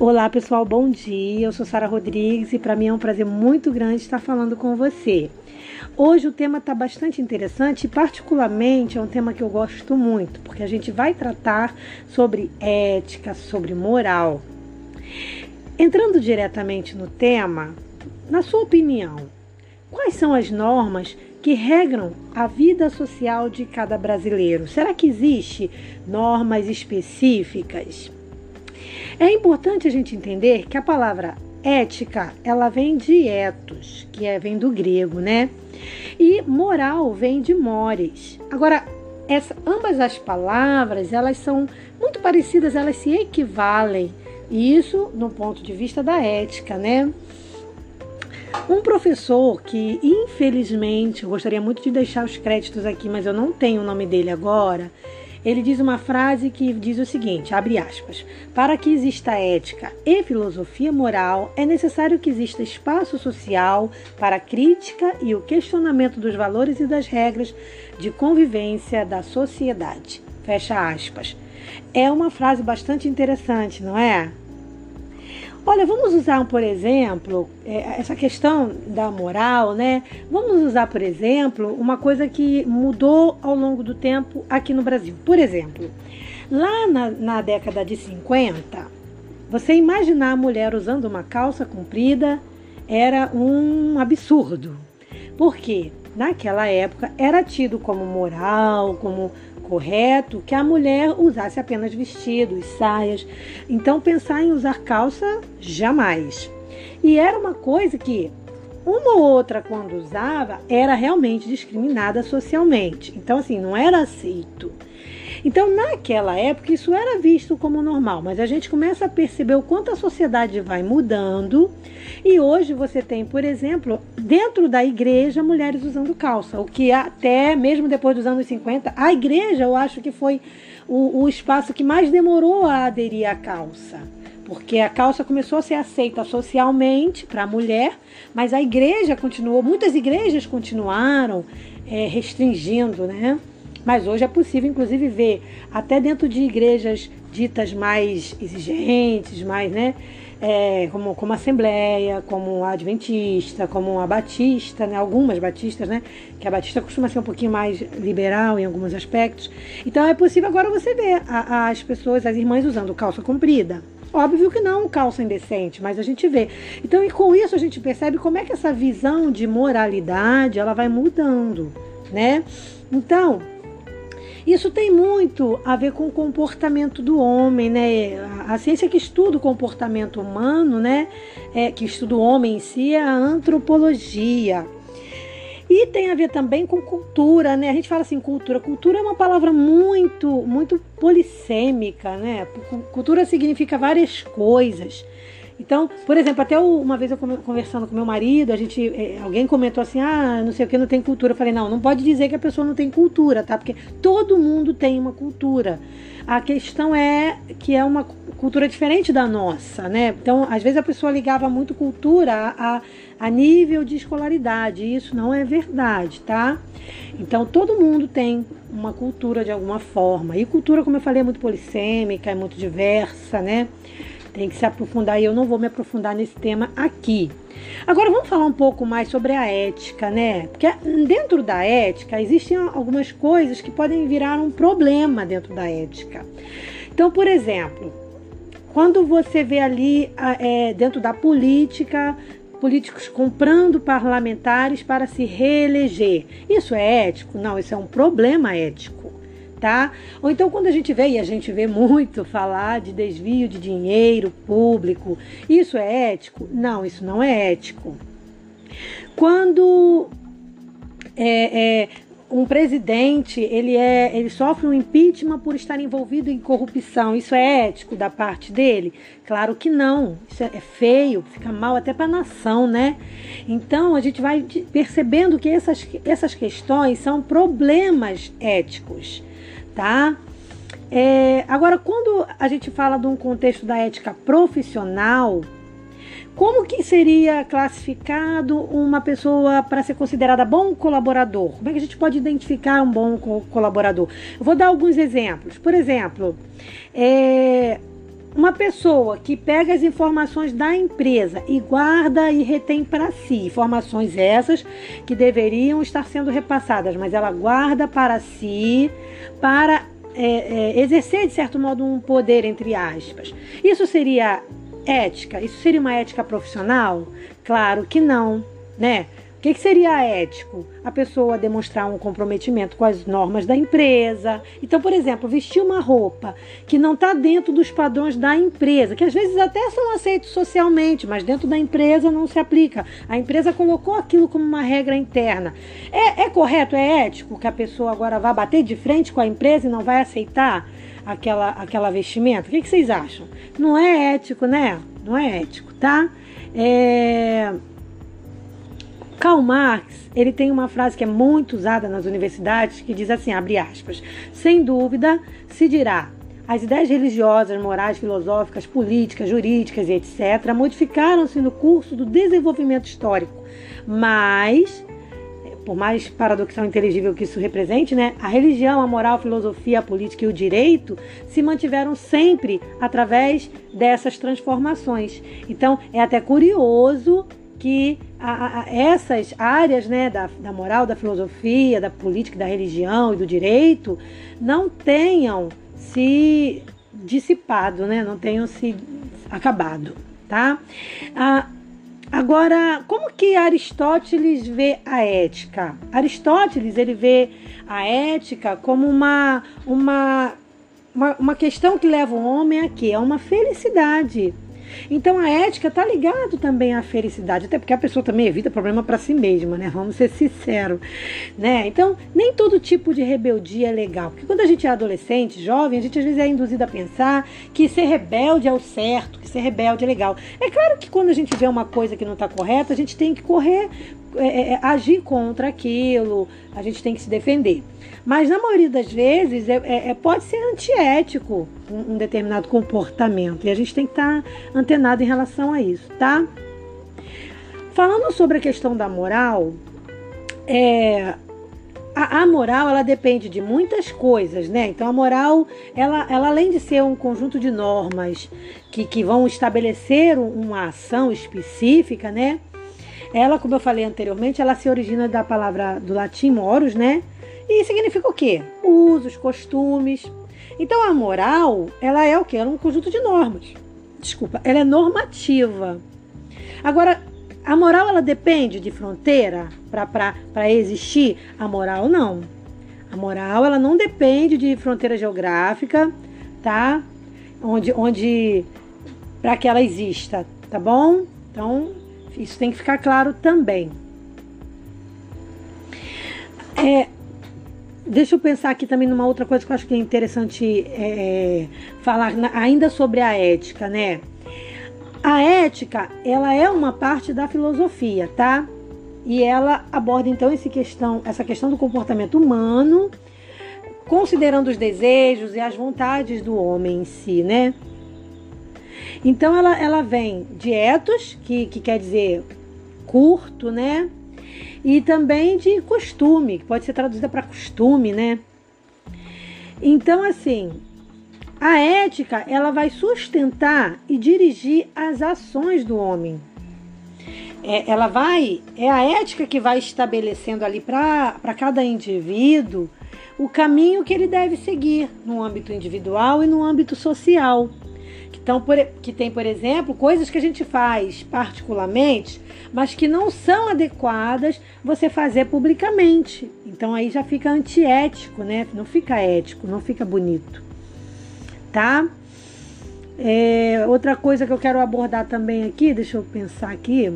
Olá pessoal, bom dia, eu sou Sara Rodrigues e para mim é um prazer muito grande estar falando com você. Hoje o tema está bastante interessante e particularmente é um tema que eu gosto muito, porque a gente vai tratar sobre ética, sobre moral. Entrando diretamente no tema, na sua opinião, quais são as normas que regram a vida social de cada brasileiro? Será que existe normas específicas? É importante a gente entender que a palavra ética, ela vem de ethos, vem do grego, né? E moral vem de mores. Agora, ambas as palavras, elas são muito parecidas, elas se equivalem. E isso no ponto de vista da ética, né? Um professor que, infelizmente, eu gostaria muito de deixar os créditos aqui, mas eu não tenho o nome dele agora. Ele diz uma frase que diz o seguinte, abre aspas, para que exista ética e filosofia moral, é necessário que exista espaço social para a crítica e o questionamento dos valores e das regras de convivência da sociedade. Fecha aspas. É uma frase bastante interessante, não é? Olha, vamos usar, por exemplo, essa questão da moral, né? Vamos usar, por exemplo, uma coisa que mudou ao longo do tempo aqui no Brasil. Por exemplo, lá na década de 50, você imaginar a mulher usando uma calça comprida era um absurdo. Por quê? Naquela época era tido como moral, como correto que a mulher usasse apenas vestidos, saias. Então pensar em usar calça, jamais. E era uma coisa que uma ou outra quando usava era realmente discriminada socialmente. Então assim, não era aceito. Então naquela época isso era visto como normal, mas a gente começa a perceber o quanto a sociedade vai mudando e hoje você tem, por exemplo, dentro da igreja, mulheres usando calça, o que até mesmo depois dos anos 50, a igreja eu acho que foi o espaço que mais demorou a aderir à calça, porque a calça começou a ser aceita socialmente para a mulher, mas a igreja continuou, muitas igrejas continuaram restringindo, né? Mas hoje é possível, inclusive, ver até dentro de igrejas ditas mais exigentes, mais, né, como a Assembleia, como a Adventista, como a Batista, né, algumas batistas, né, que a Batista costuma ser um pouquinho mais liberal em alguns aspectos. Então é possível agora você ver as pessoas, as irmãs usando calça comprida. Óbvio que não calça indecente, mas a gente vê. Então, e com isso a gente percebe como é que essa visão de moralidade ela vai mudando, né? Então, isso tem muito a ver com o comportamento do homem, né? A ciência que estuda o comportamento humano, né? Que estuda o homem em si, é a antropologia. E tem a ver também com cultura, né? A gente fala assim, cultura. Cultura é uma palavra muito polissêmica, né? Cultura significa várias coisas. Então, por exemplo, até uma vez eu conversando com meu marido, alguém comentou assim, não sei o que, não tem cultura. Eu falei, não pode dizer que a pessoa não tem cultura, tá? Porque todo mundo tem uma cultura. A questão é que é uma cultura diferente da nossa, né? Então, às vezes a pessoa ligava muito cultura a nível de escolaridade, e isso não é verdade, tá? Então, todo mundo tem uma cultura de alguma forma. E cultura, como eu falei, é muito polissêmica, é muito diversa, né? Tem que se aprofundar e eu não vou me aprofundar nesse tema aqui. Agora vamos falar um pouco mais sobre a ética, né? Porque dentro da ética existem algumas coisas que podem virar um problema dentro da ética. Então, por exemplo, quando você vê ali dentro da política, políticos comprando parlamentares para se reeleger. Isso é ético? Não, isso é um problema ético. Tá? Ou então quando a gente vê muito falar de desvio de dinheiro público, isso é ético? Não, isso não é ético. Quando um presidente ele sofre um impeachment por estar envolvido em corrupção, isso é ético da parte dele? Claro que não, isso é feio, fica mal até para a nação, né? Então a gente vai percebendo que essas questões são problemas éticos. Tá? Agora, quando a gente fala de um contexto da ética profissional, como que seria classificado uma pessoa para ser considerada bom colaborador? Como é que a gente pode identificar um bom colaborador? Eu vou dar alguns exemplos. Por exemplo, uma pessoa que pega as informações da empresa e guarda e retém para si, informações essas que deveriam estar sendo repassadas, mas ela guarda para si, para exercer, de certo modo, um poder, entre aspas. Isso seria ética? Isso seria uma ética profissional? Claro que não, né? O que seria ético? A pessoa demonstrar um comprometimento com as normas da empresa. Então, por exemplo, vestir uma roupa que não está dentro dos padrões da empresa, que às vezes até são aceitos socialmente, mas dentro da empresa não se aplica. A empresa colocou aquilo como uma regra interna. É correto, é ético que a pessoa agora vá bater de frente com a empresa e não vai aceitar aquela vestimenta? O que vocês acham? Não é ético, né? Não é ético, tá? Karl Marx, ele tem uma frase que é muito usada nas universidades, que diz assim, abre aspas, sem dúvida se dirá, as ideias religiosas, morais, filosóficas, políticas, jurídicas e etc. modificaram-se no curso do desenvolvimento histórico, mas, por mais paradoxal e inteligível que isso represente, né, a religião, a moral, a filosofia, a política e o direito se mantiveram sempre através dessas transformações. Então, é até curioso que essas áreas, né, da moral, da filosofia, da política, da religião e do direito não tenham se dissipado, né, não tenham se acabado, tá? Agora, como que Aristóteles vê a ética? Aristóteles, ele vê a ética como uma questão que leva o homem a quê? A uma felicidade. Então a ética está ligada também à felicidade, até porque a pessoa também evita problema para si mesma, né? Vamos ser sinceros, né? Então nem todo tipo de rebeldia é legal, porque quando a gente é adolescente, jovem, a gente às vezes é induzido a pensar que ser rebelde é o certo, que ser rebelde é legal. É claro que quando a gente vê uma coisa que não está correta, a gente tem que correr, agir contra aquilo, a gente tem que se defender. Mas na maioria das vezes pode ser antiético um determinado comportamento e a gente tem que estar antenado em relação a isso, tá? Falando sobre a questão da moral, a moral ela depende de muitas coisas, né? Então a moral, ela além de ser um conjunto de normas que vão estabelecer uma ação específica, né? Ela, como eu falei anteriormente, ela se origina da palavra do latim morus, né? E significa o quê? Usos, costumes. Então a moral, ela é o quê? Ela é um conjunto de normas. Desculpa, ela é normativa. Agora, a moral, ela depende de fronteira para existir? A moral, não. A moral, ela não depende de fronteira geográfica, tá? Onde para que ela exista, tá bom? Então, isso tem que ficar claro também. Deixa eu pensar aqui também numa outra coisa que eu acho que é interessante falar ainda sobre a ética, né? A ética, ela é uma parte da filosofia, tá? E ela aborda, então, essa questão do comportamento humano, considerando os desejos e as vontades do homem em si, né? Então, ela vem de ethos, que quer dizer curto, né? E também de costume, que pode ser traduzida para costume, né? Então, assim, a ética, ela vai sustentar e dirigir as ações do homem. É a ética que vai estabelecendo ali para cada indivíduo o caminho que ele deve seguir no âmbito individual e no âmbito social. Então, que tem, por exemplo, coisas que a gente faz particularmente, mas que não são adequadas você fazer publicamente. Então, aí já fica antiético, né? Não fica ético, não fica bonito, tá? Outra coisa que eu quero abordar também aqui, deixa eu pensar aqui.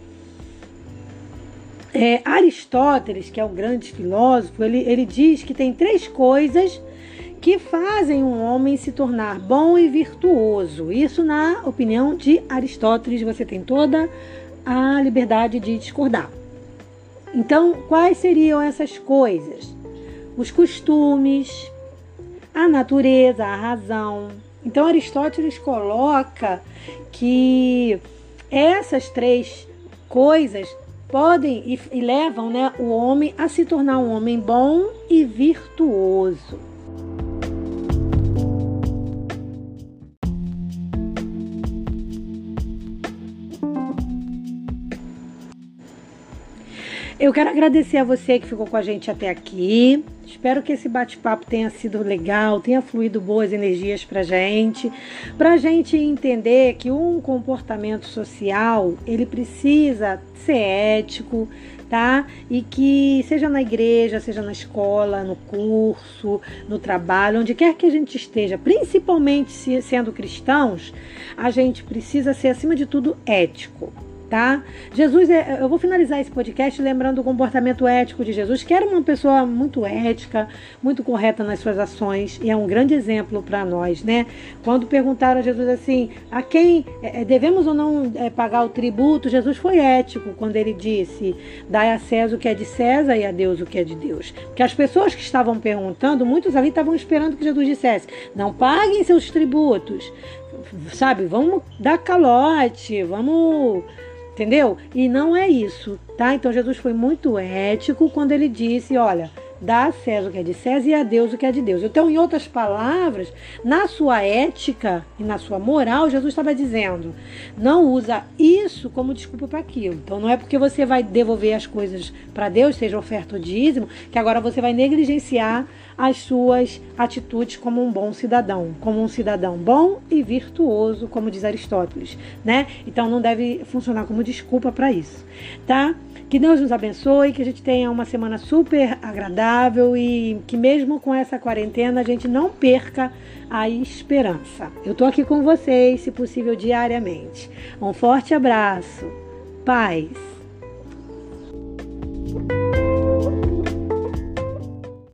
Aristóteles, que é um grande filósofo, ele diz que tem 3 coisas que fazem um homem se tornar bom e virtuoso. Isso na opinião de Aristóteles, você tem toda a liberdade de discordar. Então, quais seriam essas coisas? Os costumes, a natureza, a razão. Então, Aristóteles coloca que essas 3 coisas podem e levam, né, o homem a se tornar um homem bom e virtuoso. Eu quero agradecer a você que ficou com a gente até aqui. Espero que esse bate-papo tenha sido legal, tenha fluído boas energias pra gente entender que um comportamento social, ele precisa ser ético, tá? E que seja na igreja, seja na escola, no curso, no trabalho, onde quer que a gente esteja, principalmente sendo cristãos, a gente precisa ser, acima de tudo, ético. Tá? Jesus, eu vou finalizar esse podcast lembrando o comportamento ético de Jesus, que era uma pessoa muito ética, muito correta nas suas ações, e é um grande exemplo para nós, né? Quando perguntaram a Jesus assim, a quem devemos ou não pagar o tributo, Jesus foi ético quando ele disse, dai a César o que é de César e a Deus o que é de Deus. Porque as pessoas que estavam perguntando, muitos ali estavam esperando que Jesus dissesse, não paguem seus tributos, sabe? Vamos dar calote, vamos... Entendeu? E não é isso, tá? Então Jesus foi muito ético quando ele disse, olha, dá a César o que é de César e a Deus o que é de Deus. Então, em outras palavras, na sua ética e na sua moral, Jesus estava dizendo, não usa isso como desculpa para aquilo. Então, não é porque você vai devolver as coisas para Deus, seja oferta ou dízimo, que agora você vai negligenciar as suas atitudes como um bom cidadão, como um cidadão bom e virtuoso, como diz Aristóteles, né? Então não deve funcionar como desculpa para isso, tá? Que Deus nos abençoe, que a gente tenha uma semana super agradável e que mesmo com essa quarentena a gente não perca a esperança. Eu tô aqui com vocês, se possível, diariamente. Um forte abraço. Paz.